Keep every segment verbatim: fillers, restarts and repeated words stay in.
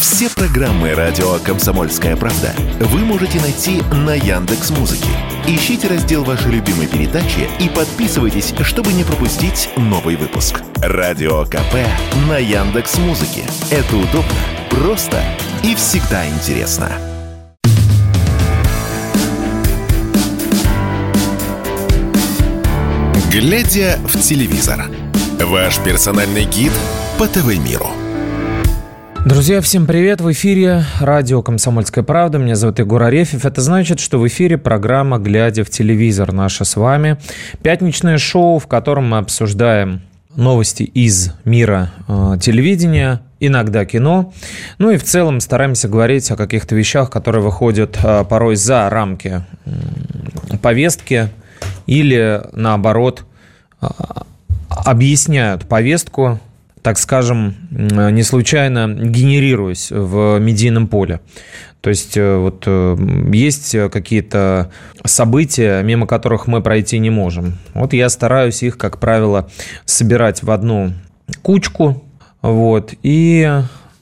Все программы радио «Комсомольская правда» вы можете найти на Яндекс.Музыке. Ищите раздел вашей любимой передачи и подписывайтесь, чтобы не пропустить новый выпуск. Радио КП на Яндекс.Музыке. Это удобно, просто и всегда интересно. Глядя в телевизор. Ваш персональный гид по ТВ-миру. Друзья, всем привет! В эфире радио «Комсомольская правда». Меня зовут Егор Арефьев. Это значит, что в эфире программа «Глядя в телевизор» наша с вами. Пятничное шоу, в котором мы обсуждаем новости из мира э, телевидения, иногда кино. Ну и в целом стараемся говорить о каких-то вещах, которые выходят э, порой за рамки э, повестки или, наоборот, э, объясняют повестку, так скажем, не случайно генерируясь в медийном поле. То есть вот есть какие-то события, мимо которых мы пройти не можем. Вот я стараюсь их, как правило, собирать в одну кучку, вот, и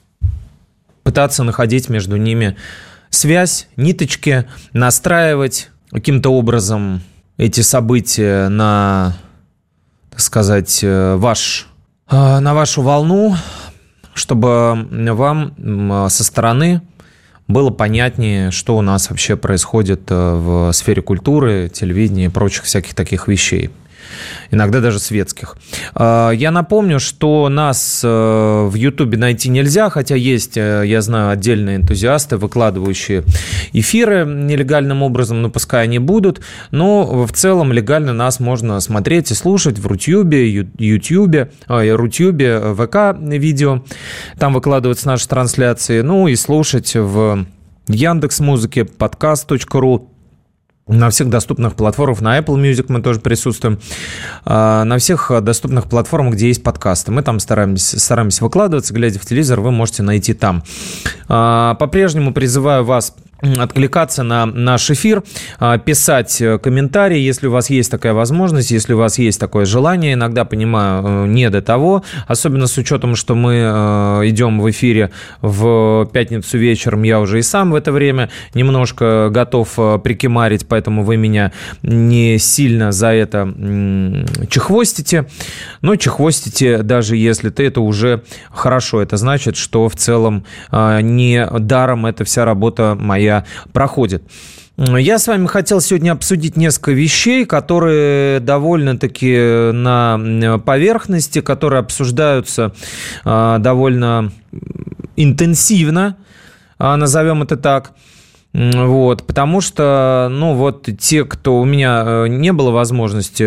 пытаться находить между ними связь, ниточки, настраивать каким-то образом эти события на, так сказать, ваш... на вашу волну, чтобы вам со стороны было понятнее, что у нас вообще происходит в сфере культуры, телевидения и прочих всяких таких вещей. Иногда даже светских. Я напомню, что нас в Ютубе найти нельзя, хотя есть, я знаю, отдельные энтузиасты, выкладывающие эфиры нелегальным образом, но пускай они будут. Но в целом легально нас можно смотреть и слушать в Рутюбе, Ютьюбе, Рутюбе, ВК видео. Там выкладываются наши трансляции. Ну и слушать в Яндекс.Музыке, подкаст точка ру. На всех доступных платформах, на Apple Music мы тоже присутствуем, на всех доступных платформах, где есть подкасты. Мы там стараемся, стараемся выкладываться, глядя в телевизор, вы можете найти там. По-прежнему призываю вас откликаться на наш эфир, писать комментарии, если у вас есть такая возможность, если у вас есть такое желание. Иногда, понимаю, не до того, особенно с учетом, что мы идем в эфире в пятницу вечером, я уже и сам в это время немножко готов прикимарить, поэтому вы меня не сильно за это чехвостите, но чехвостите, даже если ты, это уже хорошо, это значит, что в целом не даром эта вся работа моя проходит. Я с вами хотел сегодня обсудить несколько вещей, которые довольно-таки на поверхности, которые обсуждаются довольно интенсивно, назовем это так. Вот, потому что, ну, вот те, кто у меня не было возможности,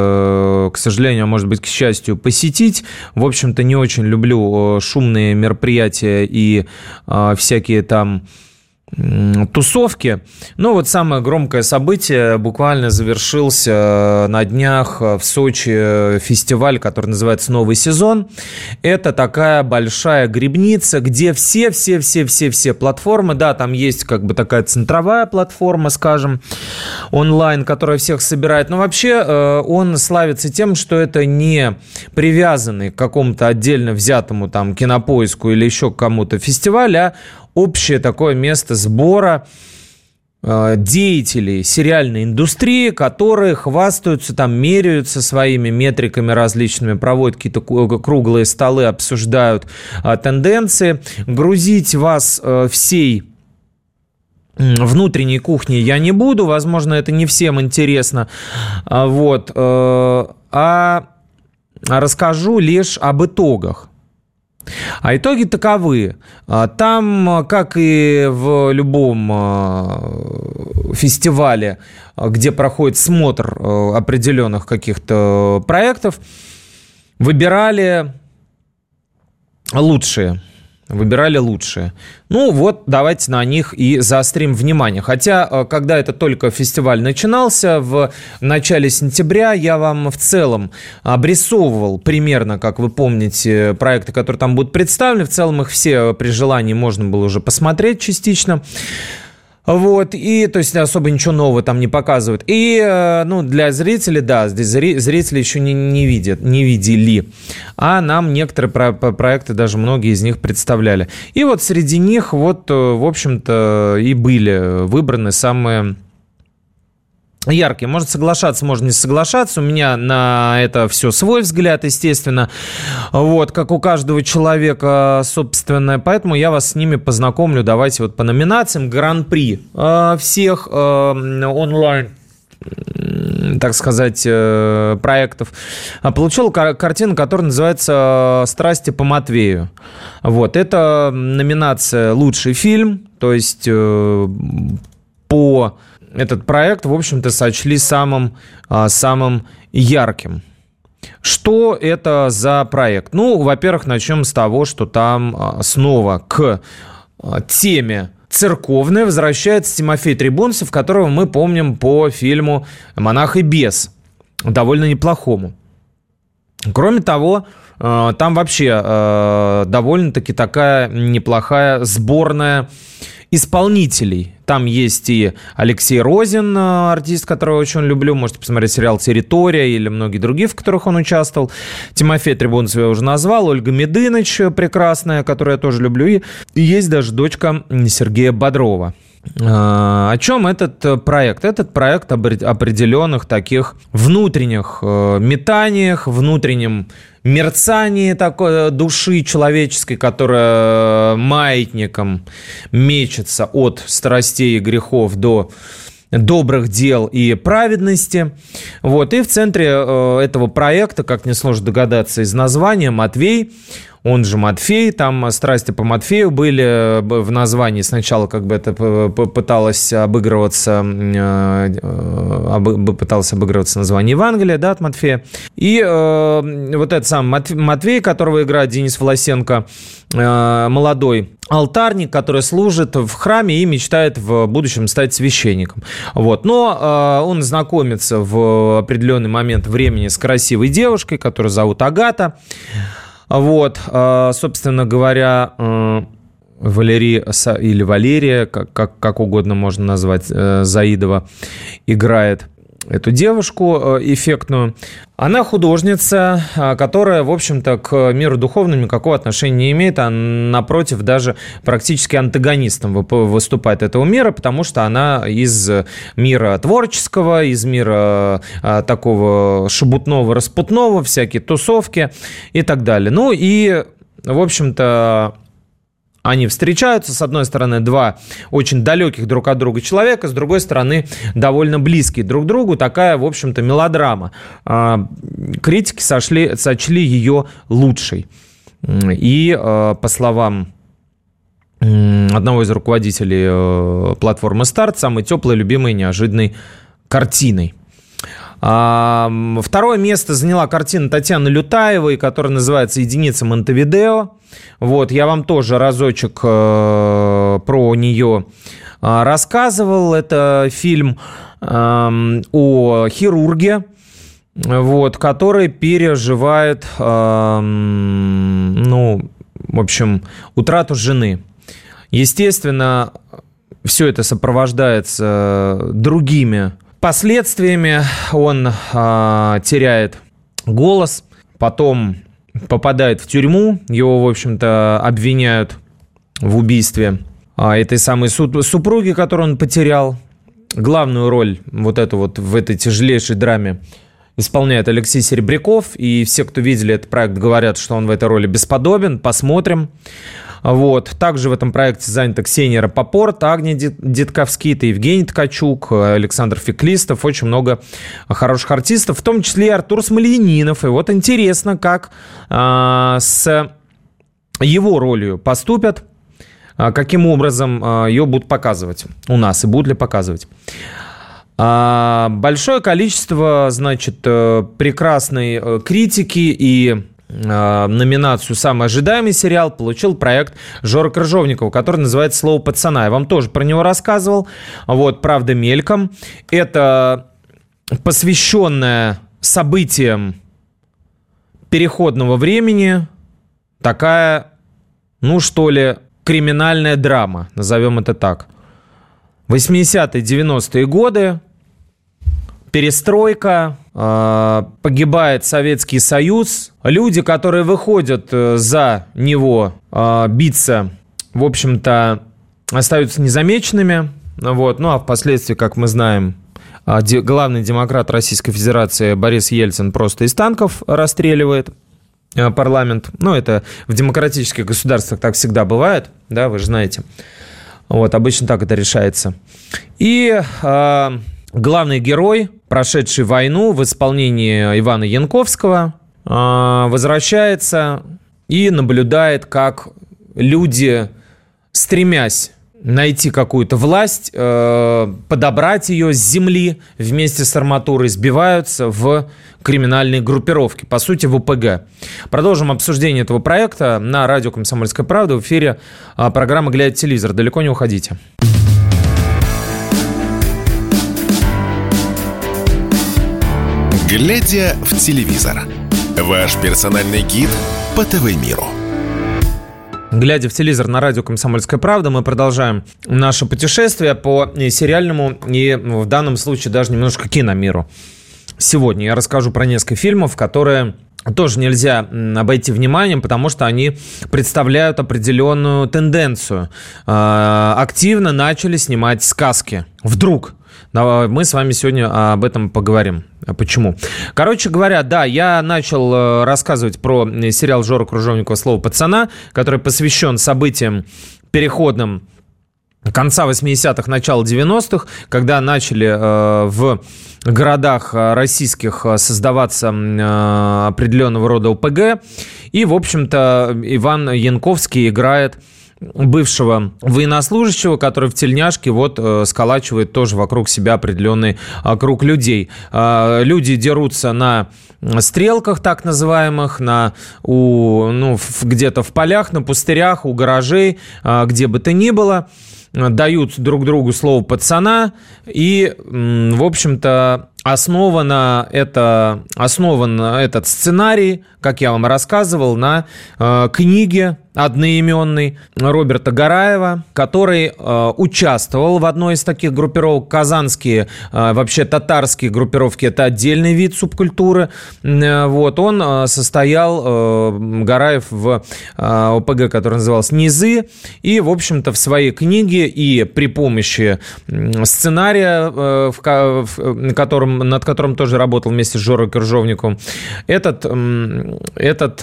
к сожалению, а может быть, к счастью, посетить, в общем-то, не очень люблю шумные мероприятия и всякие там тусовки. Но вот самое громкое событие буквально завершился на днях в Сочи фестиваль, который называется «Новый сезон». Это такая большая грибница, где все-все-все-все-все платформы, да, там есть как бы такая центровая платформа, скажем, онлайн, которая всех собирает, но вообще он славится тем, что это не привязанный к какому-то отдельно взятому там Кинопоиску или еще к кому-то фестиваль, а общее такое место сбора э, деятелей сериальной индустрии, которые хвастаются, там, меряются своими метриками различными, проводят какие-то круглые столы, обсуждают э, тенденции. Грузить вас э, всей внутренней кухни я не буду, возможно, это не всем интересно, а, вот, э, а расскажу лишь об итогах. А итоги таковы. Там, как и в любом фестивале, где проходит смотр определенных каких-то проектов, выбирали лучшие. Выбирали лучшие. Ну вот, давайте на них и заострим внимание. Хотя, когда это только фестиваль начинался, в начале сентября, я вам в целом обрисовывал примерно, как вы помните, проекты, которые там будут представлены. В целом их все при желании можно было уже посмотреть частично. Вот, и, то есть, особо ничего нового там не показывают. И, ну, для зрителей, да, здесь зрители еще не, не видят, не видели. А нам некоторые про- проекты, даже многие из них представляли. И вот среди них, вот, в общем-то, и были выбраны самые яркие. Можно соглашаться, можно не соглашаться. У меня на это все свой взгляд, естественно. Вот, как у каждого человека, собственно. Поэтому я вас с ними познакомлю. Давайте вот по номинациям. Гран-при э, всех э, онлайн, так сказать, э, проектов. Получил кар- картину, которая называется «Страсти по Матвею». Вот, это номинация «Лучший фильм». То есть э, по... Этот проект, в общем-то, сочли самым, самым ярким. Что это за проект? Ну, во-первых, начнем с того, что там снова к теме церковной возвращается Тимофей Трибунцев, которого мы помним по фильму «Монах и бес», довольно неплохому. Кроме того, там вообще довольно-таки такая неплохая сборная исполнителей. Там есть и Алексей Розин, артист, которого я очень люблю. Можете посмотреть сериал «Территория» или многие другие, в которых он участвовал. Тимофей Трибунцев я уже назвал. Ольга Медыныч прекрасная, которую я тоже люблю. И есть даже дочка Сергея Бодрова. О чем этот проект? Этот проект об определенных таких внутренних метаниях, внутреннем мерцании такой души человеческой, которая маятником мечется от страстей и грехов до добрых дел и праведности. Вот. И в центре этого проекта, как несложно догадаться из названия, Матвей, он же Матфей, там «Страсти по Матфею» были в названии. Сначала как бы это пыталось обыгрываться, пыталось обыгрываться название Евангелия, да, от Матфея. И э, вот этот сам Матвей, которого играет Денис Власенко, э, молодой алтарник, который служит в храме и мечтает в будущем стать священником. Вот. Но э, он знакомится в определенный момент времени с красивой девушкой, которую зовут Агата. Вот, собственно говоря, Валерия или Валерия, как, как, как угодно можно назвать, Заидова, играет эту девушку эффектную. Она художница, которая, в общем-то, к миру духовному никакого отношения не имеет, а напротив даже практически антагонистом выступает этого мира, потому что она из мира творческого, из мира такого шебутного, распутного, всякие тусовки и так далее. Ну и, в общем-то, они встречаются, с одной стороны, два очень далеких друг от друга человека, с другой стороны, довольно близкие друг к другу. Такая, в общем-то, мелодрама. Критики сошли, сочли ее лучшей. И, по словам одного из руководителей платформы «Старт», самой теплой, любимой, неожиданной картиной. Второе место заняла картина Татьяны Лютаевой, которая называется «Единица Монтевидео». Вот, я вам тоже разочек э, про нее э, рассказывал. Это фильм э, о хирурге, вот, который переживает, э, ну, в общем, утрату жены. Естественно, все это сопровождается другими последствиями. Он э, теряет голос, потом попадает в тюрьму, его, в общем-то, обвиняют в убийстве а, этой самой супруги, которую он потерял. Главную роль вот эту вот в этой тяжелейшей драме исполняет Алексей Серебряков, и все, кто видели этот проект, говорят, что он в этой роли бесподобен. Посмотрим. Вот. Также в этом проекте занята Ксения Рапопорт, Агния Дитковскита, Евгений Ткачук, Александр Феклистов. Очень много хороших артистов, в том числе и Артур Смольянинов. И вот интересно, как а, с его ролью поступят, а, каким образом а, ее будут показывать у нас и будут ли показывать. А, большое количество, значит, прекрасной критики и номинацию «Самый ожидаемый сериал» получил проект Жоры Крыжовникова, который называется «Слово пацана». Я вам тоже про него рассказывал. Вот, правда, мельком. Это посвященная событиям переходного времени такая, ну что ли, криминальная драма, назовем это так. восьмидесятые, девяностые годы, перестройка, э, погибает Советский Союз. Люди, которые выходят за него э, биться, в общем-то, остаются незамеченными. Вот. Ну, а впоследствии, как мы знаем, де- главный демократ Российской Федерации Борис Ельцин просто из танков расстреливает э, парламент. Ну, это в демократических государствах так всегда бывает, да, вы же знаете. Вот, обычно так это решается. И э, главный герой, прошедший войну в исполнении Ивана Янковского, э, возвращается и наблюдает, как люди, стремясь найти какую-то власть, э, подобрать ее с земли вместе с арматурой, сбиваются в криминальные группировки, по сути, в ОПГ. Продолжим обсуждение этого проекта на радио «Комсомольская правда» в эфире э, программы «Глядя в телевизор». Далеко не уходите. «Глядя в телевизор» – ваш персональный гид по ТВ-миру. Глядя в телевизор на радио «Комсомольская правда», мы продолжаем наше путешествие по сериальному и, в данном случае, даже немножко киномиру. Сегодня я расскажу про несколько фильмов, которые тоже нельзя обойти вниманием, потому что они представляют определенную тенденцию. Активно начали снимать сказки. Вдруг. Мы с вами сегодня об этом поговорим. Почему? Короче говоря, да, я начал рассказывать про сериал Жоры Крыжовникова «Слово пацана», который посвящен событиям переходным конца восьмидесятых, начала девяностых, когда начали э, в городах российских создаваться э, определенного рода ОПГ. И, в общем-то, Иван Янковский играет бывшего военнослужащего, который в тельняшке вот э, сколачивает тоже вокруг себя определенный э, круг людей. Э, люди дерутся на стрелках так называемых, на, у, ну, в, где-то в полях, на пустырях, у гаражей, э, где бы то ни было, э, дают друг другу слово пацана и, э, в общем-то, Основано это, основан этот сценарий, как я вам рассказывал, на э, книге одноименной Роберта Гараева, который э, участвовал в одной из таких группировок. Казанские, э, вообще татарские группировки – это отдельный вид субкультуры. Э, вот, он э, состоял, э, Гараев, в э, ОПГ, который назывался «Низы», и, в общем-то, в своей книге и при помощи сценария, э, в, в котором над которым тоже работал вместе с Жорой Крыжовниковым, этот, этот,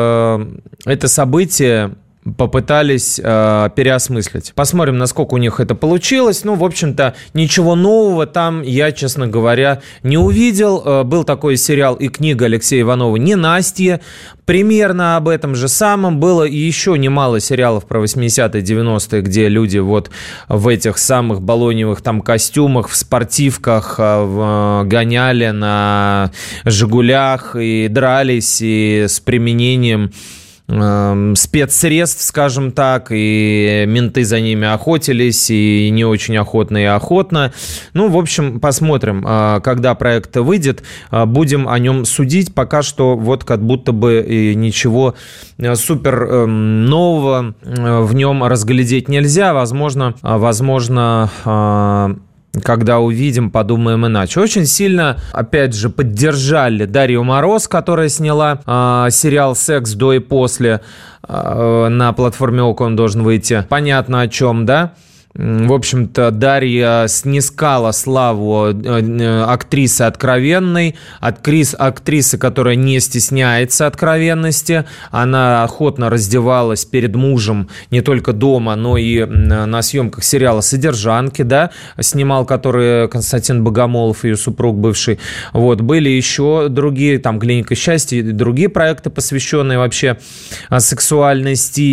это событие попытались э, переосмыслить. Посмотрим, насколько у них это получилось. Ну, в общем-то, ничего нового там я, честно говоря, не увидел. Э, был такой сериал и книга Алексея Иванова «Ненастье». Примерно об этом же самом было и еще немало сериалов про восьмидесятые, девяностые, где люди вот в этих самых балоневых там костюмах, в спортивках э, в, гоняли на «Жигулях» и дрались, и с применением спецсредств, скажем так, и менты за ними охотились, и не очень охотно, и охотно. Ну, в общем, посмотрим, когда проект выйдет, будем о нем судить. Пока что вот как будто бы ничего супер нового в нем разглядеть нельзя. Возможно, возможно, когда увидим, подумаем иначе. Очень сильно, опять же, поддержали Дарью Мороз, которая сняла э, сериал «Секс до и после». Э, на платформе ОК он должен выйти. Понятно, о чем, да? В общем-то, Дарья снискала славу актрисы откровенной, актрисы, которая не стесняется откровенности. Она охотно раздевалась перед мужем не только дома, но и на съемках сериала «Содержанки», да, снимал, который Константин Богомолов, ее супруг бывший. Вот, были еще другие, там, «Клиника счастья» и другие проекты, посвященные вообще сексуальности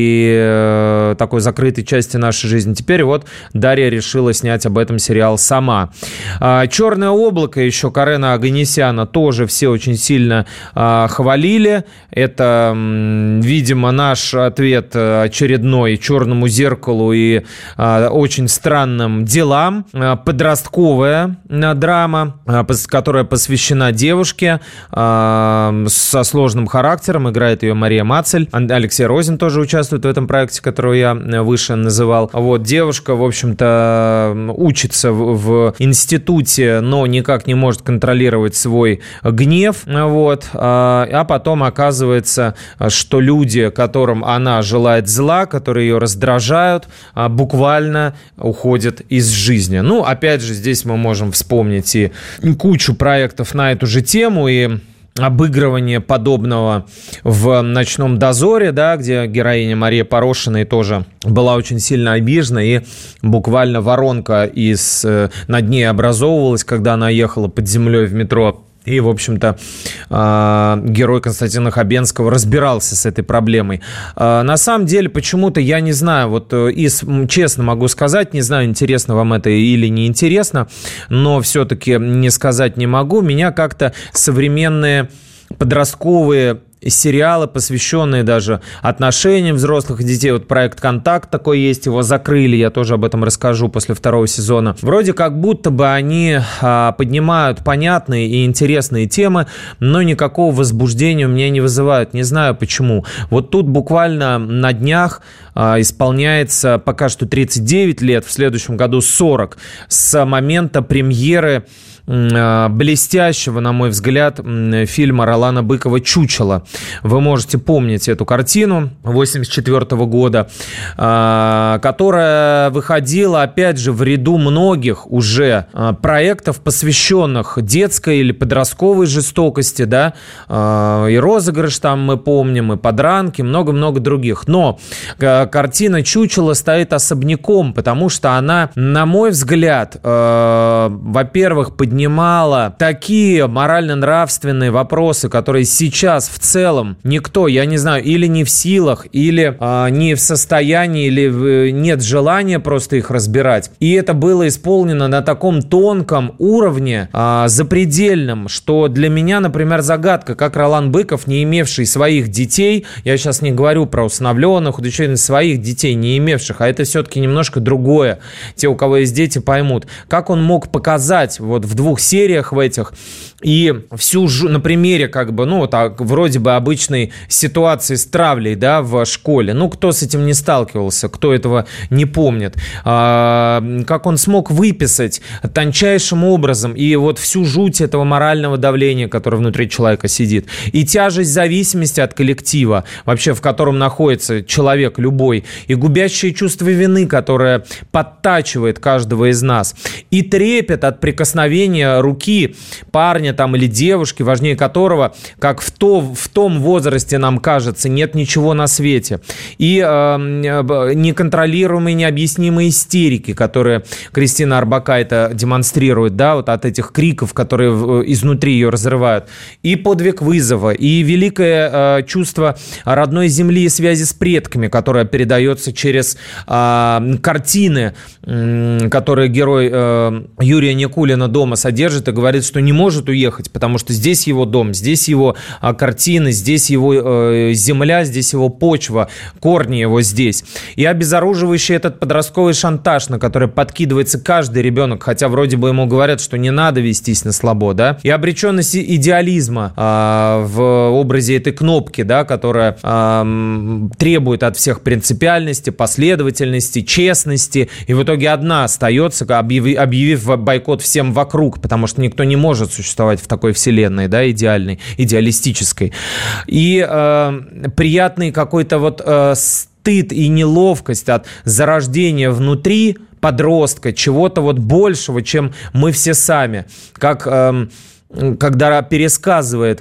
и такой закрытой части нашей жизни. Теперь вот Дарья решила снять об этом сериал сама. «Черное облако» еще Карена Оганесяна тоже все очень сильно а, хвалили. Это, видимо, наш ответ очередной «Черному зеркалу» и а, очень странным делам. Подростковая драма, которая посвящена девушке а, со сложным характером. Играет ее Мария Мацель. Алексей Розин тоже участвует в этом проекте, который я выше называл. Вот, девушка, в общем-то, учится в, в институте, но никак не может контролировать свой гнев, вот, а, а потом оказывается, что люди, которым она желает зла, которые ее раздражают, буквально уходят из жизни. Ну, опять же, здесь мы можем вспомнить и кучу проектов на эту же тему, и обыгрывание подобного в «Ночном дозоре», да, где героиня Мария Порошина тоже была очень сильно обижена, и буквально воронка из, над ней образовывалась, когда она ехала под землей в метро. И, в общем-то, герой Константина Хабенского разбирался с этой проблемой. На самом деле, почему-то, я не знаю, вот и честно могу сказать, не знаю, интересно вам это или не интересно, но все-таки не сказать не могу. Меня как-то современные подростковые сериалы, посвященные даже отношениям взрослых и детей. Вот проект «Контакт» такой есть, его закрыли, я тоже об этом расскажу после второго сезона. Вроде как будто бы они а, поднимают понятные и интересные темы, но никакого возбуждения у меня не вызывают. Не знаю почему. Вот тут буквально на днях а, исполняется пока что тридцать девять лет, в следующем году сорок, с момента премьеры блестящего, на мой взгляд, фильма Ролана Быкова «Чучело». Вы можете помнить эту картину восемьдесят четвёртого года, которая выходила, опять же, в ряду многих уже проектов, посвященных детской или подростковой жестокости, да, и розыгрыш там мы помним, и подранки, много-много других. Но картина «Чучело» стоит особняком, потому что она, на мой взгляд, во-первых, поднимает поднимала такие морально-нравственные вопросы, которые сейчас в целом никто, я не знаю, или не в силах, или а, не в состоянии, или в, нет желания просто их разбирать. И это было исполнено на таком тонком уровне, а, запредельном, что для меня, например, загадка, как Ролан Быков, не имевший своих детей, я сейчас не говорю про усыновленных, удочеренных, своих детей, не имевших, а это все-таки немножко другое. Те, у кого есть дети, поймут. Как он мог показать вот в двух сериях в этих и всю на примере как бы, ну, так, вроде бы обычной ситуации с травлей, да, в школе. Ну, кто с этим не сталкивался, кто этого не помнит. А, как он смог выписать тончайшим образом и вот всю жуть этого морального давления, которое внутри человека сидит, и тяжесть зависимости от коллектива, вообще в котором находится человек любой, и губящее чувство вины, которое подтачивает каждого из нас, и трепет от прикосновения руки парня там или девушки, важнее которого, как в, то, в том возрасте нам кажется, нет ничего на свете. И э, неконтролируемые, необъяснимые истерики, которые Кристина Орбакайте демонстрирует, да, вот от этих криков, которые изнутри ее разрывают. И подвиг вызова, и великое э, чувство родной земли и связи с предками, которое передается через э, картины, э, которые герой э, Юрия Никулина дома содержит и говорит, что не может уехать, потому что здесь его дом, здесь его а, картины, здесь его э, земля, здесь его почва, корни его здесь. И обезоруживающий этот подростковый шантаж, на который подкидывается каждый ребенок, хотя вроде бы ему говорят, что не надо вестись на слабо, да, и обреченность идеализма а, в образе этой кнопки, да, которая а, требует от всех принципиальности, последовательности, честности, и в итоге одна остается, объявив, объявив бойкот всем вокруг, потому что никто не может существовать в такой вселенной, да, идеальной, идеалистической. И э, приятный какой-то вот э, стыд и неловкость от зарождения внутри подростка чего-то вот большего, чем мы все сами. Как... Э, когда пересказывает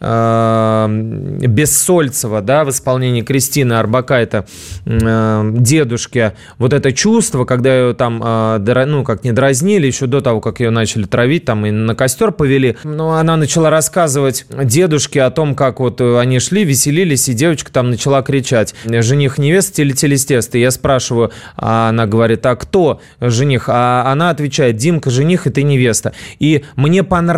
э, Бессольцева, да, в исполнении Кристины Орбакайте э, дедушке вот это чувство, когда ее там, э, дра, ну, как не дразнили, еще до того, как ее начали травить, там и на костер повели, но она начала рассказывать дедушке о том, как вот они шли, веселились, и девочка там начала кричать: жених, невеста или телестест? И я спрашиваю, а она говорит, а кто жених? А она отвечает: Димка жених, и ты невеста. И мне понравилось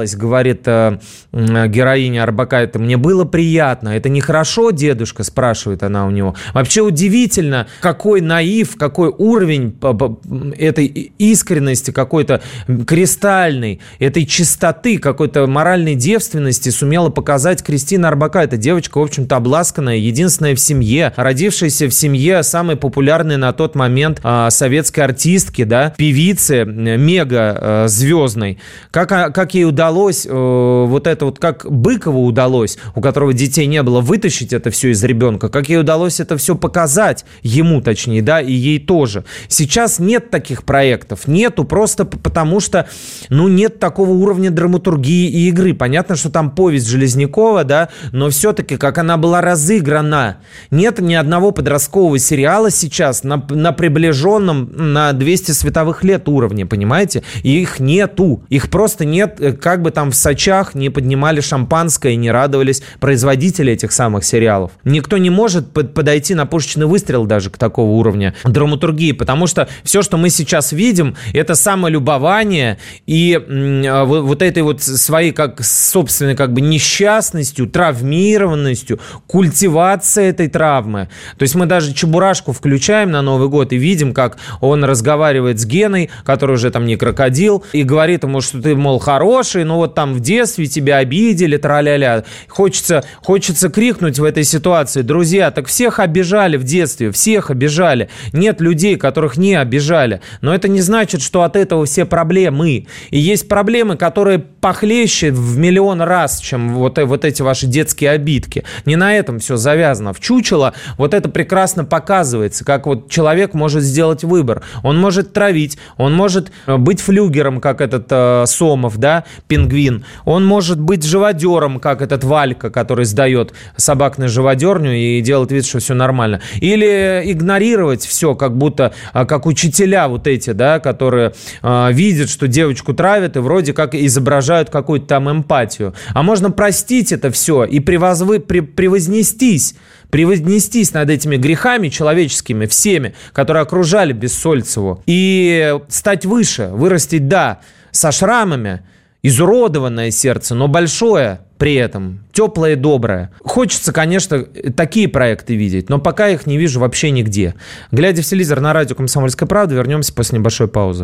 рассмеялась, говорит э, героиня Орбакайте, мне было приятно. Это нехорошо, дедушка, спрашивает она у него. Вообще удивительно, какой наив, какой уровень этой искренности, какой-то кристальной, этой чистоты, какой-то моральной девственности сумела показать Кристина Орбакайте. Девочка, в общем-то, обласканная, единственная в семье, родившаяся в семье самой популярной на тот момент э, советской артистки, да, певицы, мега э, звездной. Как, как ей удалось, э, вот это вот, как Быкову удалось, у которого детей не было, вытащить это все из ребенка, как ей удалось это все показать, ему точнее, да, и ей тоже. Сейчас нет таких проектов, нету просто потому, что, ну, нет такого уровня драматургии и игры. Понятно, что там повесть Железнякова, да, но все-таки, как она была разыграна. Нет ни одного подросткового сериала сейчас на, на приближенном на двести световых лет уровне, понимаете? И их нету. Их просто нет, как бы там в Сочах не поднимали шампанское и не радовались производители этих самых сериалов. Никто не может под, подойти на пушечный выстрел даже к такого уровня драматургии, потому что все, что мы сейчас видим, это самолюбование и м, вот, вот этой вот своей как собственной как бы несчастностью, травмированностью, культивация этой травмы. То есть мы даже Чебурашку включаем на Новый год и видим, как он разговаривает с Геной, который уже там не крокодил, и говорит ему, что ты, мол, хороший, но вот там в детстве тебя обидели, тра-ля-ля. Хочется, хочется крикнуть в этой ситуации: друзья, так всех обижали в детстве, всех обижали. Нет людей, которых не обижали. Но это не значит, что от этого все проблемы. И есть проблемы, которые похлеще в миллион раз, чем вот, вот эти ваши детские обидки. Не на этом все завязано. В «Чучело» вот это прекрасно показывается, как вот человек может сделать выбор. Он может травить, он может быть флюгером, как этот э, Сомов, да, пингвин. Он может быть живодером, как этот Валька, который сдает собак на живодерню и делает вид, что все нормально. Или игнорировать все, как будто, э, как учителя вот эти, да, которые э, видят, что девочку травят и вроде как изображают какую-то там эмпатию. А можно простить это все и превозвы, при, превознестись, превознестись над этими грехами человеческими, всеми, которые окружали Бессольцеву, и стать выше, вырастить, да, со шрамами, изуродованное сердце, но большое при этом, теплое и доброе. Хочется, конечно, такие проекты видеть, но пока их не вижу вообще нигде. Глядя в телевизор на радио «Комсомольская правда», вернемся после небольшой паузы.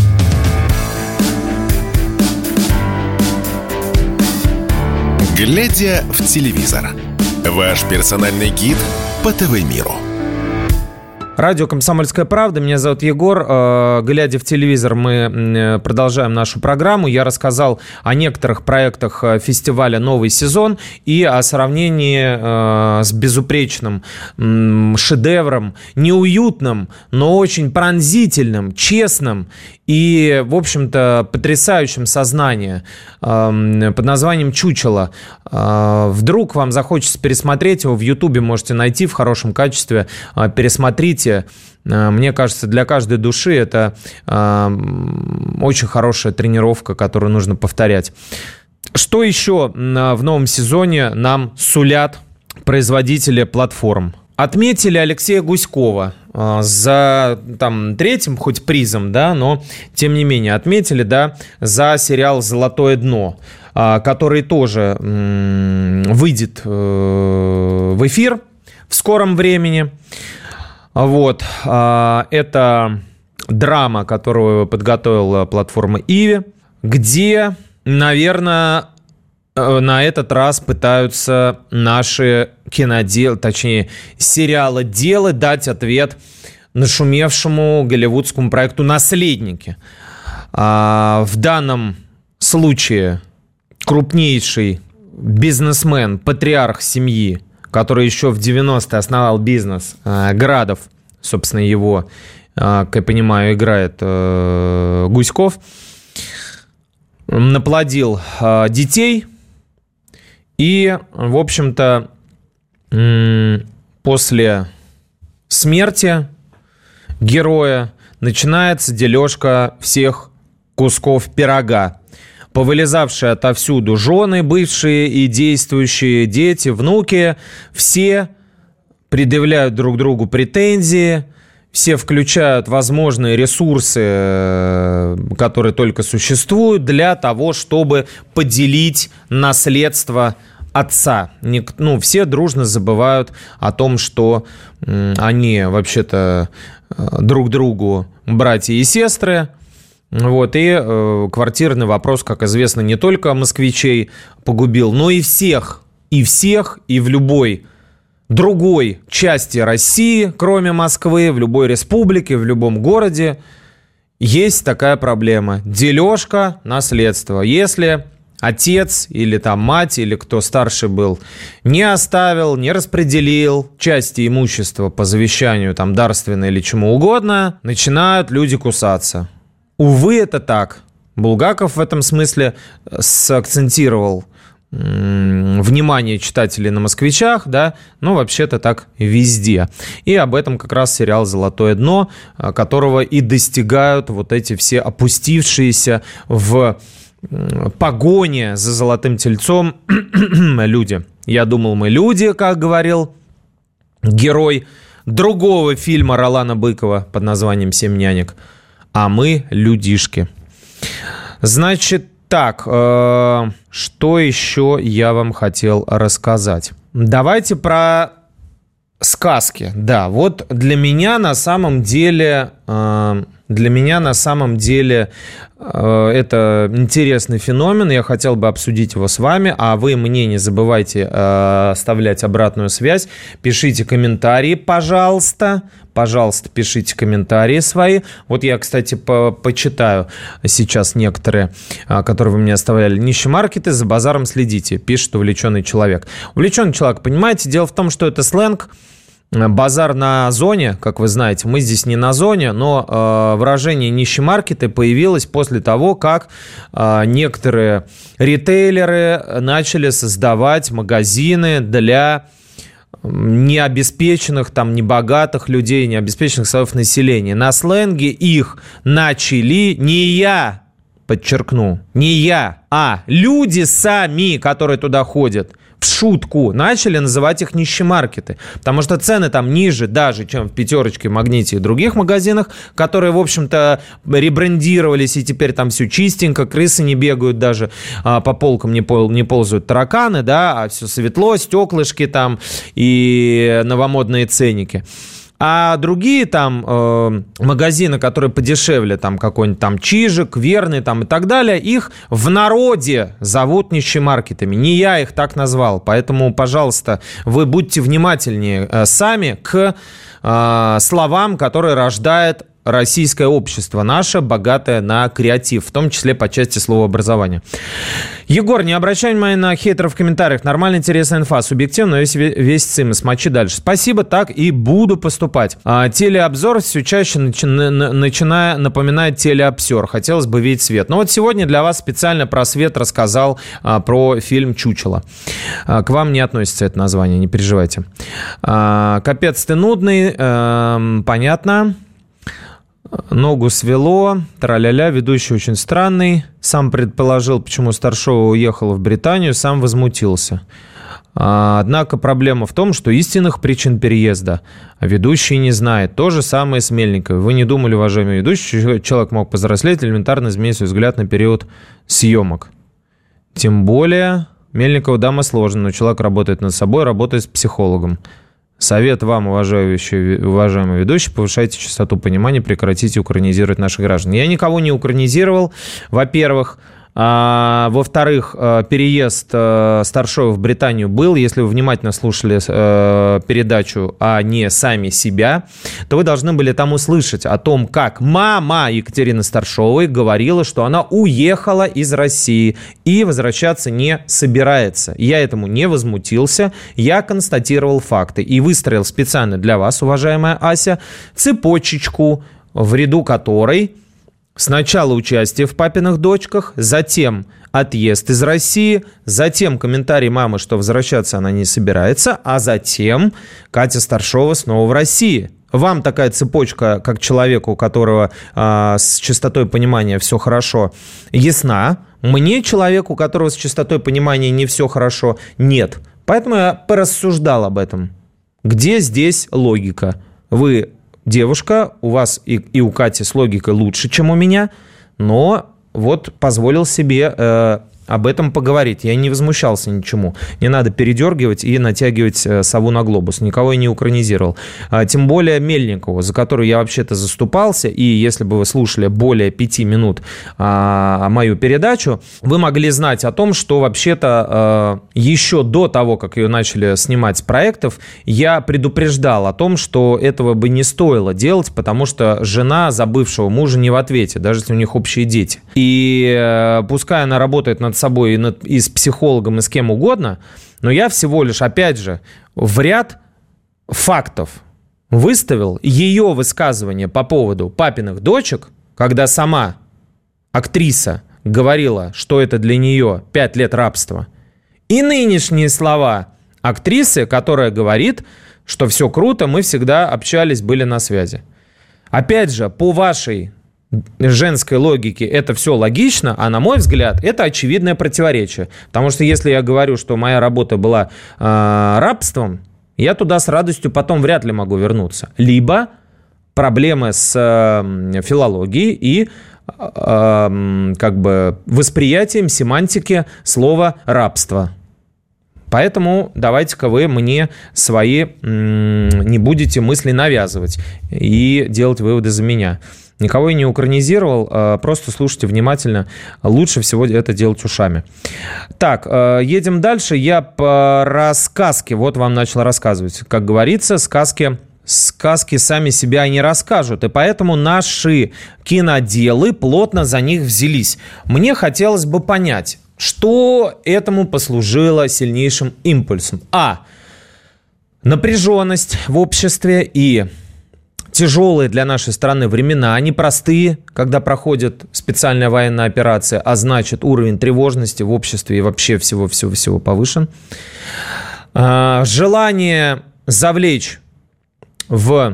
Глядя в телевизор. Ваш персональный гид по ТВ-миру. Радио «Комсомольская правда». Меня зовут Егор. Глядя в телевизор, мы продолжаем нашу программу. Я рассказал о некоторых проектах фестиваля «Новый сезон» и о сравнении с безупречным шедевром, неуютным, но очень пронзительным, честным и, в общем-то, потрясающим сознание под названием «Чучело». Вдруг вам захочется пересмотреть его, в Ютубе можете найти в хорошем качестве, пересмотрите. Мне кажется, для каждой души это очень хорошая тренировка, которую нужно повторять. Что еще в новом сезоне нам сулят производители платформ? Отметили Алексея Гуськова за там, третьим хоть призом, да, но тем не менее отметили, да, за сериал «Золотое дно», который тоже выйдет в эфир в скором времени. Вот. Это драма, которую подготовила платформа Иви, где, наверное, на этот раз пытаются наши киноделы, точнее, сериалоделы дать ответ нашумевшему голливудскому проекту «Наследники». В данном случае крупнейший бизнесмен, патриарх семьи, который еще в девяностые основал бизнес, Градов, собственно, его, как я понимаю, играет Гуськов, наплодил детей и, в общем-то, после смерти героя начинается дележка всех кусков пирога. Повылезавшие отовсюду жены, бывшие и действующие, дети, внуки, все предъявляют друг другу претензии, все включают возможные ресурсы, которые только существуют, для того, чтобы поделить наследство отца. Ну, все дружно забывают о том, что они вообще-то друг другу братья и сестры. Вот, и э, квартирный вопрос, как известно, не только москвичей погубил, но и всех, и всех, и в любой другой части России, кроме Москвы, в любой республике, в любом городе есть такая проблема. Дележка наследства. Если отец или там мать, или кто старше был, не оставил, не распределил части имущества по завещанию, там, дарственное или чему угодно, начинают люди кусаться. Увы, это так. Булгаков в этом смысле сакцентировал внимание читателей на москвичах, да, но вообще-то так везде. И об этом как раз сериал «Золотое дно», которого и достигают вот эти все опустившиеся в погоне за золотым тельцом люди. Я думал, мы люди, как говорил герой другого фильма Ролана Быкова под названием «Семь нянек», а мы людишки. Значит, так, э, что еще я вам хотел рассказать? Давайте про сказки. Да, вот для меня на самом деле, э, для меня на самом деле э, это интересный феномен. Я хотел бы обсудить его с вами, а вы мне не забывайте э, оставлять обратную связь. Пишите комментарии, пожалуйста. Пожалуйста, пишите комментарии свои. Вот я, кстати, по- почитаю сейчас некоторые, которые вы мне оставляли. Нищемаркеты, за базаром следите, пишет увлеченный человек. Увлеченный человек, понимаете, дело в том, что это сленг. Базар на зоне, как вы знаете, мы здесь не на зоне, но э, выражение нищемаркеты появилось после того, как э, некоторые ритейлеры начали создавать магазины для необеспеченных, там, небогатых людей, необеспеченных слоев населения. На сленге их начали не я, подчеркну, не я, а люди сами, которые туда ходят, в шутку начали называть их нищемаркеты, потому что цены там ниже даже, чем в «Пятерочке», «Магните» и других магазинах, которые, в общем-то, ребрендировались, и теперь там все чистенько, крысы не бегают даже, а, по полкам не, пол, не ползают тараканы, да, а все светло, стеклышки там и новомодные ценники. А другие там э, магазины, которые подешевле, там какой-нибудь там Чижик, Верный там и так далее, их в народе зовут нищемаркетами. Не я их так назвал. Поэтому, пожалуйста, вы будьте внимательнее э, сами к э, словам, которые рождает российское общество наше, богатое на креатив, в том числе по части словообразования. Егор, не обращай внимания на хейтеров в комментариях. Нормально, интересная инфа. Субъективно, весь, весь цимис. Мочи дальше. Спасибо, так и буду поступать. А, телеобзор все чаще начи- начиная напоминает телеобсер. Хотелось бы видеть свет. Но вот сегодня для вас специально про свет рассказал а, про фильм «Чучело». А, к вам не относится это название, не переживайте. А, капец ты нудный. А, понятно. Ногу свело, тра-ля-ля, ведущий очень странный. Сам предположил, почему Старшова уехала в Британию, сам возмутился. Однако проблема в том, что истинных причин переезда ведущий не знает. То же самое с Мельниковой. Вы не думали, уважаемый ведущий, человек мог повзрослеть, элементарно изменить свой взгляд на период съемок. Тем более, Мельникова дама сложная, но человек работает над собой, работает с психологом. Совет вам, уважаемый, уважаемый ведущий, повышайте частоту понимания, прекратите украинизировать наших граждан. Я никого не украинизировал, во-первых. А, во-вторых, переезд Старшова в Британию был. Если вы внимательно слушали э, передачу, а не сами себя, то вы должны были там услышать о том, как мама Екатерины Старшовой говорила, что она уехала из России и возвращаться не собирается. Я этому не возмутился, я констатировал факты и выстроил специально для вас, уважаемая Ася, цепочечку, в ряду которой... Сначала участие в «Папиных дочках», затем отъезд из России, затем комментарий мамы, что возвращаться она не собирается, а затем Катя Старшова снова в России. Вам такая цепочка, как человеку, у которого э, с частотой понимания все хорошо, ясна. Мне, человеку, у которого с частотой понимания не все хорошо, нет. Поэтому я порассуждал об этом. Где здесь логика? Вы девушка, у вас и, и у Кати с логикой лучше, чем у меня, но вот позволил себе э, об этом поговорить. Я не возмущался ничему. Не надо передергивать и натягивать э, сову на глобус. Никого я не украинизировал. А, тем более Мельникову, за которую я вообще-то заступался. И если бы вы слушали более пяти минут а, мою передачу, вы могли знать о том, что вообще-то а, еще до того, как ее начали снимать с проектов, я предупреждал о том, что этого бы не стоило делать, потому что жена забывшего мужа не в ответе, даже если у них общие дети. И э, пускай она работает над собой и, над, и с психологом, и с кем угодно, но я всего лишь, опять же, в ряд фактов выставил ее высказывание по поводу папиных дочек, когда сама актриса говорила, что это для нее пять лет рабства, и нынешние слова актрисы, которая говорит, что все круто, мы всегда общались, были на связи. Опять же, по вашей женской логике это все логично, а на мой взгляд это очевидное противоречие. Потому что если я говорю, что моя работа была э, рабством, я туда с радостью потом вряд ли могу вернуться. Либо проблемы с э, филологией и э, как бы восприятием семантики слова «рабство». Поэтому давайте-ка вы мне свои м- не будете мысли навязывать и делать выводы за меня. Никого я не украинизировал, просто слушайте внимательно. Лучше всего это делать ушами. Так, едем дальше. Я по сказке, вот вам начал рассказывать. Как говорится, сказки... Сказки сами себя не расскажут, и поэтому наши киноделы плотно за них взялись. Мне хотелось бы понять, что этому послужило сильнейшим импульсом. А. Напряженность в обществе и тяжелые для нашей страны времена, непростые, когда проходит специальная военная операция, а значит уровень тревожности в обществе и вообще всего-всего-всего повышен. А, желание завлечь в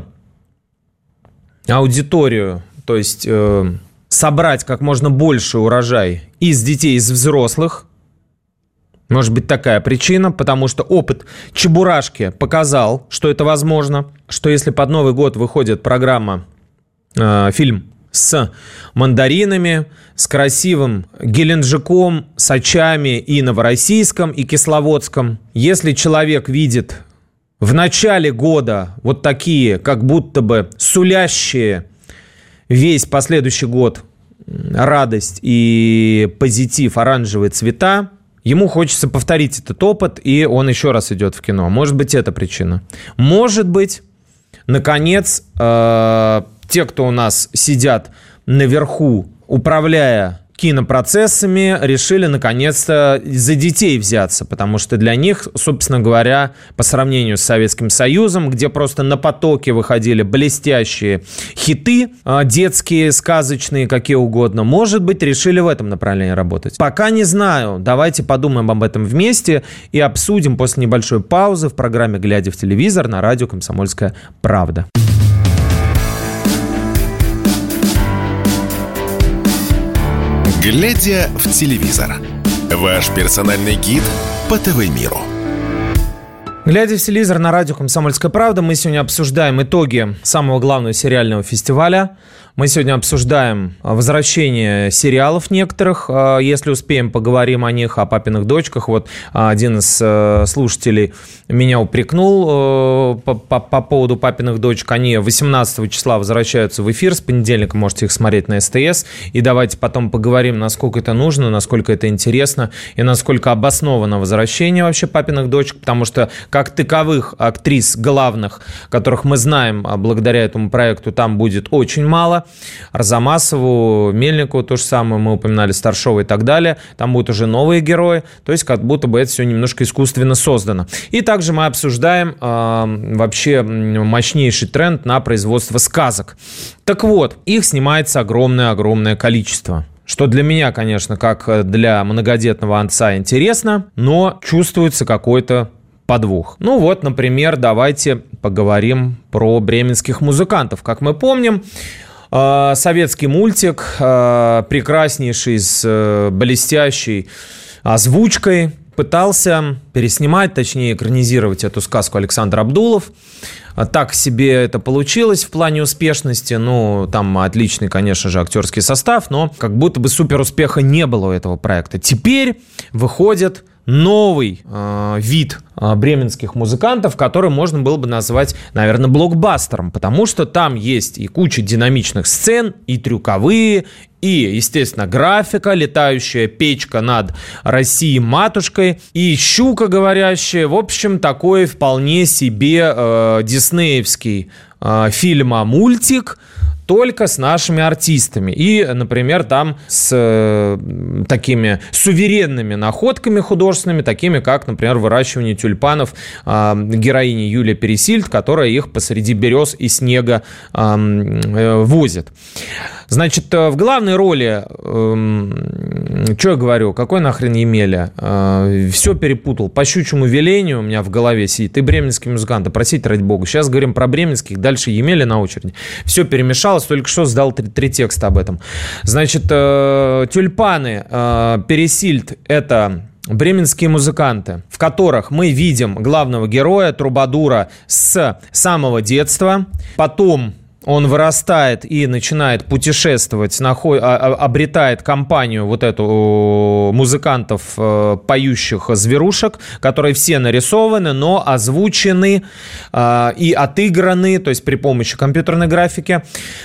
аудиторию, то есть э, собрать как можно больше урожай из детей, из взрослых. Может быть, такая причина, потому что опыт Чебурашки показал, что это возможно, что если под Новый год выходит программа, э, фильм с мандаринами, с красивым Геленджиком, Сочами и Новороссийском, и Кисловодском, если человек видит в начале года вот такие, как будто бы сулящие весь последующий год радость и позитив, оранжевые цвета, ему хочется повторить этот опыт, и он еще раз идет в кино. Может быть, это причина. Может быть, наконец, э, те, кто у нас сидят наверху, управляя кинопроцессами, решили наконец-то за детей взяться, потому что для них, собственно говоря, по сравнению с Советским Союзом, где просто на потоке выходили блестящие хиты, детские, сказочные, какие угодно, может быть, решили в этом направлении работать. Пока не знаю. Давайте подумаем об этом вместе и обсудим после небольшой паузы в программе «Глядя в телевизор» на радио «Комсомольская правда». «Глядя в телевизор» – ваш персональный гид по ТВ-миру. Глядя в телевизор на радио «Комсомольская правда», мы сегодня обсуждаем итоги самого главного сериального фестиваля. Мы сегодня обсуждаем возвращение сериалов некоторых. Если успеем, поговорим о них, о папиных дочках. Вот один из слушателей меня упрекнул по, по, по поводу папиных дочек. Они восемнадцатого числа возвращаются в эфир. С понедельника можете их смотреть на СТС. И давайте потом поговорим, насколько это нужно, насколько это интересно и насколько обосновано возвращение вообще папиных дочек. Потому что как таковых актрис главных, которых мы знаем благодаря этому проекту, там будет очень мало. Арзамасову, Мельникову то же самое, мы упоминали Старшова и так далее. Там будут уже новые герои, то есть как будто бы это все немножко искусственно создано. И также мы обсуждаем э, вообще мощнейший тренд на производство сказок. Так вот, их снимается огромное-огромное количество. Что для меня, конечно, как для многодетного отца интересно, но чувствуется какой-то подвох. Ну вот, например, давайте поговорим про бременских музыкантов. Как мы помним, советский мультик, прекраснейший, с блестящей озвучкой, пытался переснимать, точнее экранизировать эту сказку Александр Абдулов. так себе это получилось в плане успешности. Ну, там отличный, конечно же, актерский состав, но как будто бы супер успеха не было у этого проекта. Теперь выходит новый э, вид э, бременских музыкантов, который можно было бы назвать, наверное, блокбастером, потому что там есть и куча динамичных сцен, и трюковые, и, естественно, графика, летающая печка над Россией-матушкой, и щука говорящая. В общем, такой вполне себе э, диснеевский э, фильм-мультик, только с нашими артистами. И, например, там с э, такими суверенными находками художественными, такими как, например, выращивание тюльпанов э, героини Юлия Пересильд, которая их посреди берез и снега э, э, возит. Значит, в главной роли, э, что я говорю, какой нахрен Емеля? Э, все перепутал. По щучьему велению у меня в голове сидит. И бременские музыканты, простите, ради бога. Сейчас говорим про бременских, дальше Емеля на очереди. Все перемешалось, только что сдал три, три текста об этом. Значит, э, тюльпаны, э, Пересильд – это бременские музыканты, в которых мы видим главного героя, трубадура, с самого детства. Потом он вырастает и начинает путешествовать, наход... обретает компанию вот эту музыкантов, поющих зверушек, которые все нарисованы, но озвучены и отыграны, то есть при помощи компьютерной графики,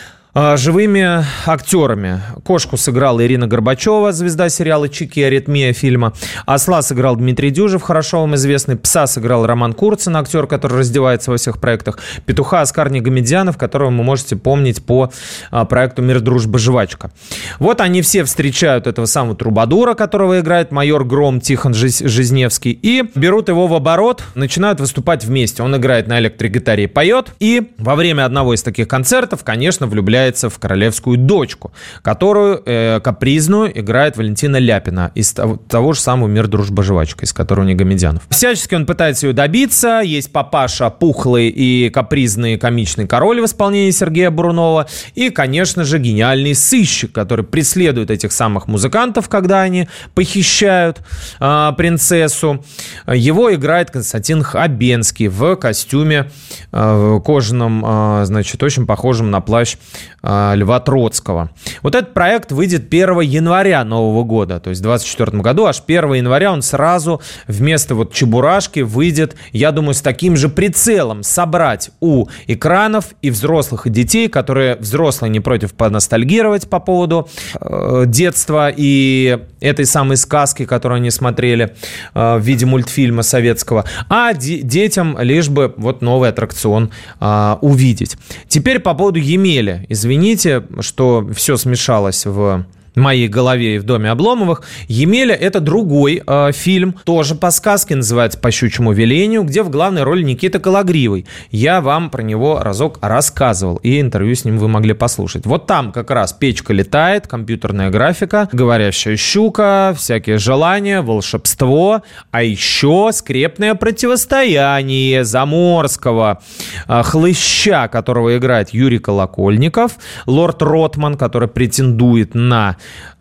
живыми актерами. Кошку сыграла Ирина Горбачева, звезда сериала «Чики. Аритмия» фильма. Осла сыграл Дмитрий Дюжев, хорошо вам известный. Пса сыграл Роман Курцин, актер, который раздевается во всех проектах. Петуха Оскар Негомедьянов, которого вы можете помнить по а, проекту «Мир, дружба, жвачка». Вот они все встречают этого самого трубадура, которого играет майор Гром Тихон Жизневский, и берут его в оборот, начинают выступать вместе. Он играет на электрогитаре и поет. И во время одного из таких концертов, конечно, влюбляется в королевскую дочку, которую э, капризную играет Валентина Ляпина из того, того же самого «Мир, дружба, жвачка», из которого Негомедьянов. Всячески он пытается ее добиться. Есть папаша пухлый и капризный комичный король в исполнении Сергея Бурунова. И, конечно же, гениальный сыщик, который преследует этих самых музыкантов, когда они похищают э, принцессу. Его играет Константин Хабенский в костюме э, кожаном, э, значит, очень похожем на плащ Льва Троцкого. Вот этот проект выйдет первого января нового года, то есть в двадцать четвёртом году, аж первого января он сразу вместо вот Чебурашки выйдет, я думаю, с таким же прицелом собрать у экранов и взрослых, и детей, которые взрослые не против поностальгировать по поводу э, детства и этой самой сказки, которую они смотрели э, в виде мультфильма советского, а де- детям лишь бы вот новый аттракцион э, увидеть. Теперь по поводу Емеля. Извините, что все смешалось в моей голове и в доме Обломовых. «Емеля» — это другой э, фильм, тоже по сказке, называется «По щучьему велению», где в главной роли Никита Кологривый. Я вам про него разок рассказывал, и интервью с ним вы могли послушать. Вот там как раз печка летает, компьютерная графика, говорящая щука, всякие желания, волшебство, а еще скрепное противостояние Заморского, э, хлыща, которого играет Юрий Колокольников, лорд Ротман, который претендует на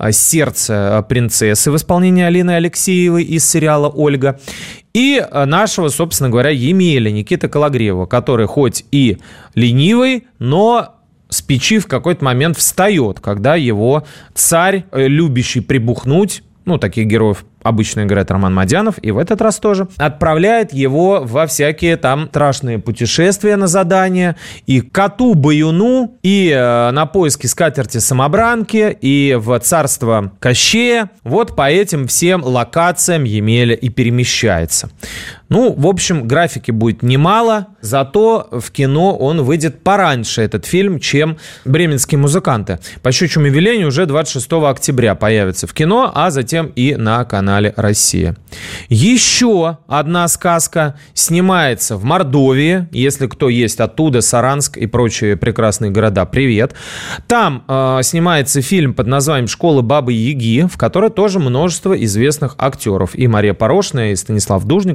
сердце принцессы в исполнении Алины Алексеевой из сериала «Ольга», и нашего, собственно говоря, Емеля, Никиты Кологривого, который хоть и ленивый, но с печи в какой-то момент встает, когда его царь, любящий прибухнуть, ну, таких героев обычно играет Роман Мадянов, и в этот раз тоже, отправляет его во всякие там страшные путешествия на задания, и к коту-баюну, и э, на поиски скатерти-самобранки, и в царство Кощея. Вот по этим всем локациям Емеля и перемещается. Ну, в общем, графики будет немало, зато в кино он выйдет пораньше, этот фильм, чем «Бременские музыканты». По щучьему велению уже двадцать шестого октября появится в кино, а затем и на канале «Россия». Еще одна сказка снимается в Мордовии. Если кто есть оттуда, Саранск и прочие прекрасные города, привет. Там э, снимается фильм под названием «Школа Бабы-Яги», в которой тоже множество известных актеров. И Мария Порошная, и Станислав Дужников, и Елена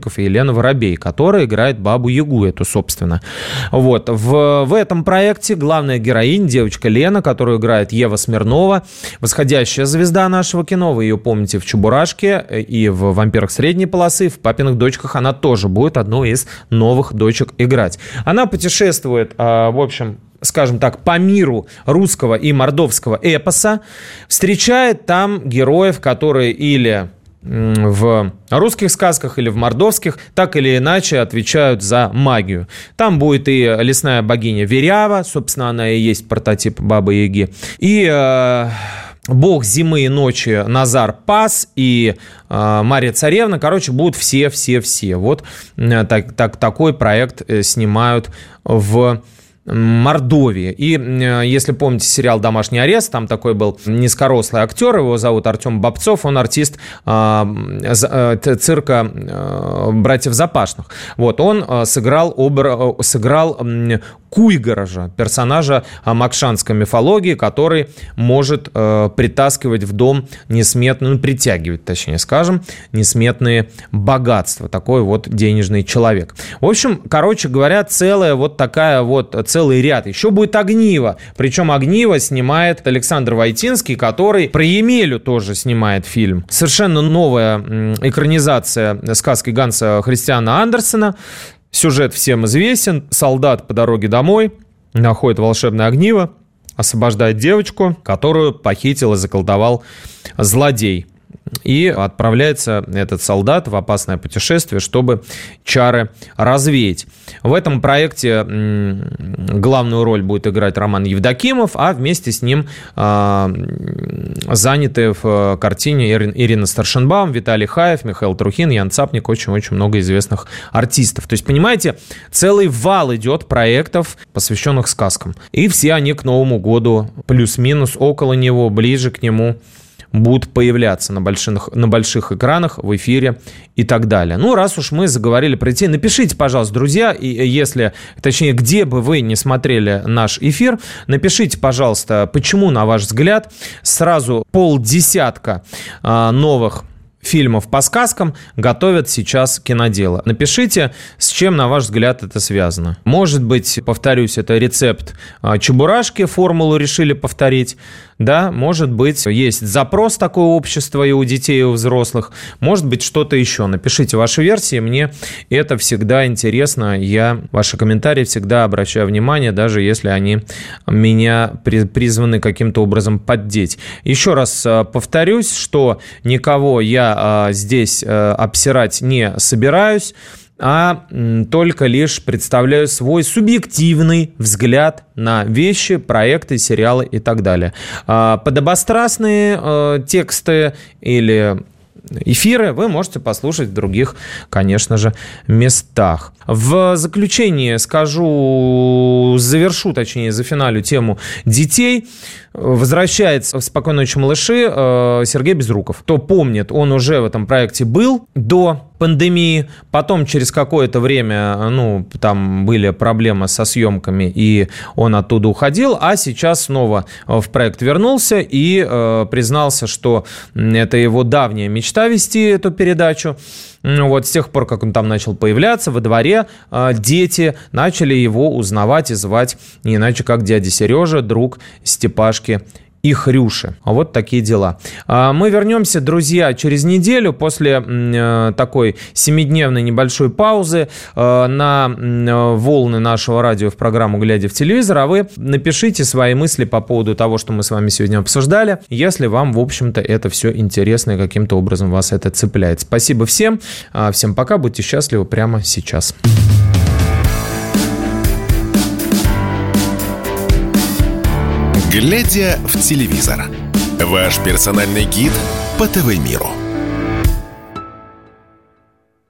Елена Воробей, которая играет Бабу-Ягу эту, собственно. Вот. В, в этом проекте главная героиня, девочка Лена, которую играет Ева Смирнова, восходящая звезда нашего кино. Вы ее помните в «Чебурашке» и в «Вампирах средней полосы». В «Папиных дочках» она тоже будет одной из новых дочек играть. Она путешествует, в общем, скажем так, по миру русского и мордовского эпоса, встречает там героев, которые или в русских сказках, или в мордовских, так или иначе отвечают за магию. Там будет и лесная богиня Верява, собственно, она и есть прототип Бабы-Яги, и э, бог зимы и ночи Назар Пас, и э, Мария Царевна. Короче, будут все-все-все. Вот э, так, так, такой проект э, снимают в Мордовии. И если помните сериал «Домашний арест», там такой был низкорослый актер, его зовут Артем Бобцов, он артист э, цирка э, «Братьев Запашных». Вот, он э, сыграл, обра... сыграл э, Куйгорожа, персонажа макшанской мифологии, который может э, притаскивать в дом несметные, ну, притягивать, точнее скажем, несметные богатства. Такой вот денежный человек. В общем, короче говоря, целая вот такая вот целый ряд. Еще будет «Огниво». Причем «Огниво» снимает Александр Войтинский, который про Емелю тоже снимает фильм. Совершенно новая экранизация сказки Ганса Христиана Андерсена. Сюжет всем известен. Солдат по дороге домой находит волшебное огниво, освобождает девочку, которую похитил и заколдовал злодей. И отправляется этот солдат в опасное путешествие, чтобы чары развеять. В этом проекте главную роль будет играть Роман Евдокимов, а вместе с ним заняты в картине Ирина Старшенбаум, Виталий Хаев, Михаил Трухин, Ян Цапник, очень-очень много известных артистов. То есть, понимаете, целый вал идет проектов, посвященных сказкам. И все они к Новому году плюс-минус около него, ближе к нему будут появляться на больших, на больших экранах, в эфире и так далее. Ну, раз уж мы заговорили про детей, напишите, пожалуйста, друзья, и если, точнее, где бы вы не смотрели наш эфир, напишите, пожалуйста, почему, на ваш взгляд, сразу полдесятка а, новых фильмов по сказкам готовят сейчас киноделы. Напишите, с чем, на ваш взгляд, это связано. Может быть, повторюсь, это рецепт Чебурашки, формулу решили повторить. Да, может быть, есть запрос такое общество и у детей, и у взрослых. Может быть, что-то еще. Напишите ваши версии, мне это всегда интересно. Я ваши комментарии всегда обращаю внимание, даже если они меня призваны каким-то образом поддеть. Еще раз повторюсь, что никого я здесь обсирать не собираюсь, а только лишь представляю свой субъективный взгляд на вещи, проекты, сериалы и так далее. Подобострастные э, тексты или эфиры вы можете послушать в других, конечно же, местах. В заключение скажу, завершу, точнее, зафиналю тему детей. Возвращается в «Спокойной ночи, малыши» Сергей Безруков. Кто помнит, он уже в этом проекте был до пандемии. Потом через какое-то время, ну, там были проблемы со съемками, и он оттуда уходил. А сейчас снова в проект вернулся и э, признался, что это его давняя мечта вести эту передачу. Вот с тех пор, как он там начал появляться во дворе, дети начали его узнавать и звать не иначе, как дядя Сережа, друг Степашки и Хрюши. А вот такие дела. Мы вернемся, друзья, через неделю после такой семидневной небольшой паузы на волны нашего радио в программу «Глядя в телевизор». А вы напишите свои мысли по поводу того, что мы с вами сегодня обсуждали, если вам, в общем-то, это все интересно и каким-то образом вас это цепляет. Спасибо всем. Всем пока. Будьте счастливы прямо сейчас. «Глядя в телевизор» – ваш персональный гид по ТВ-миру.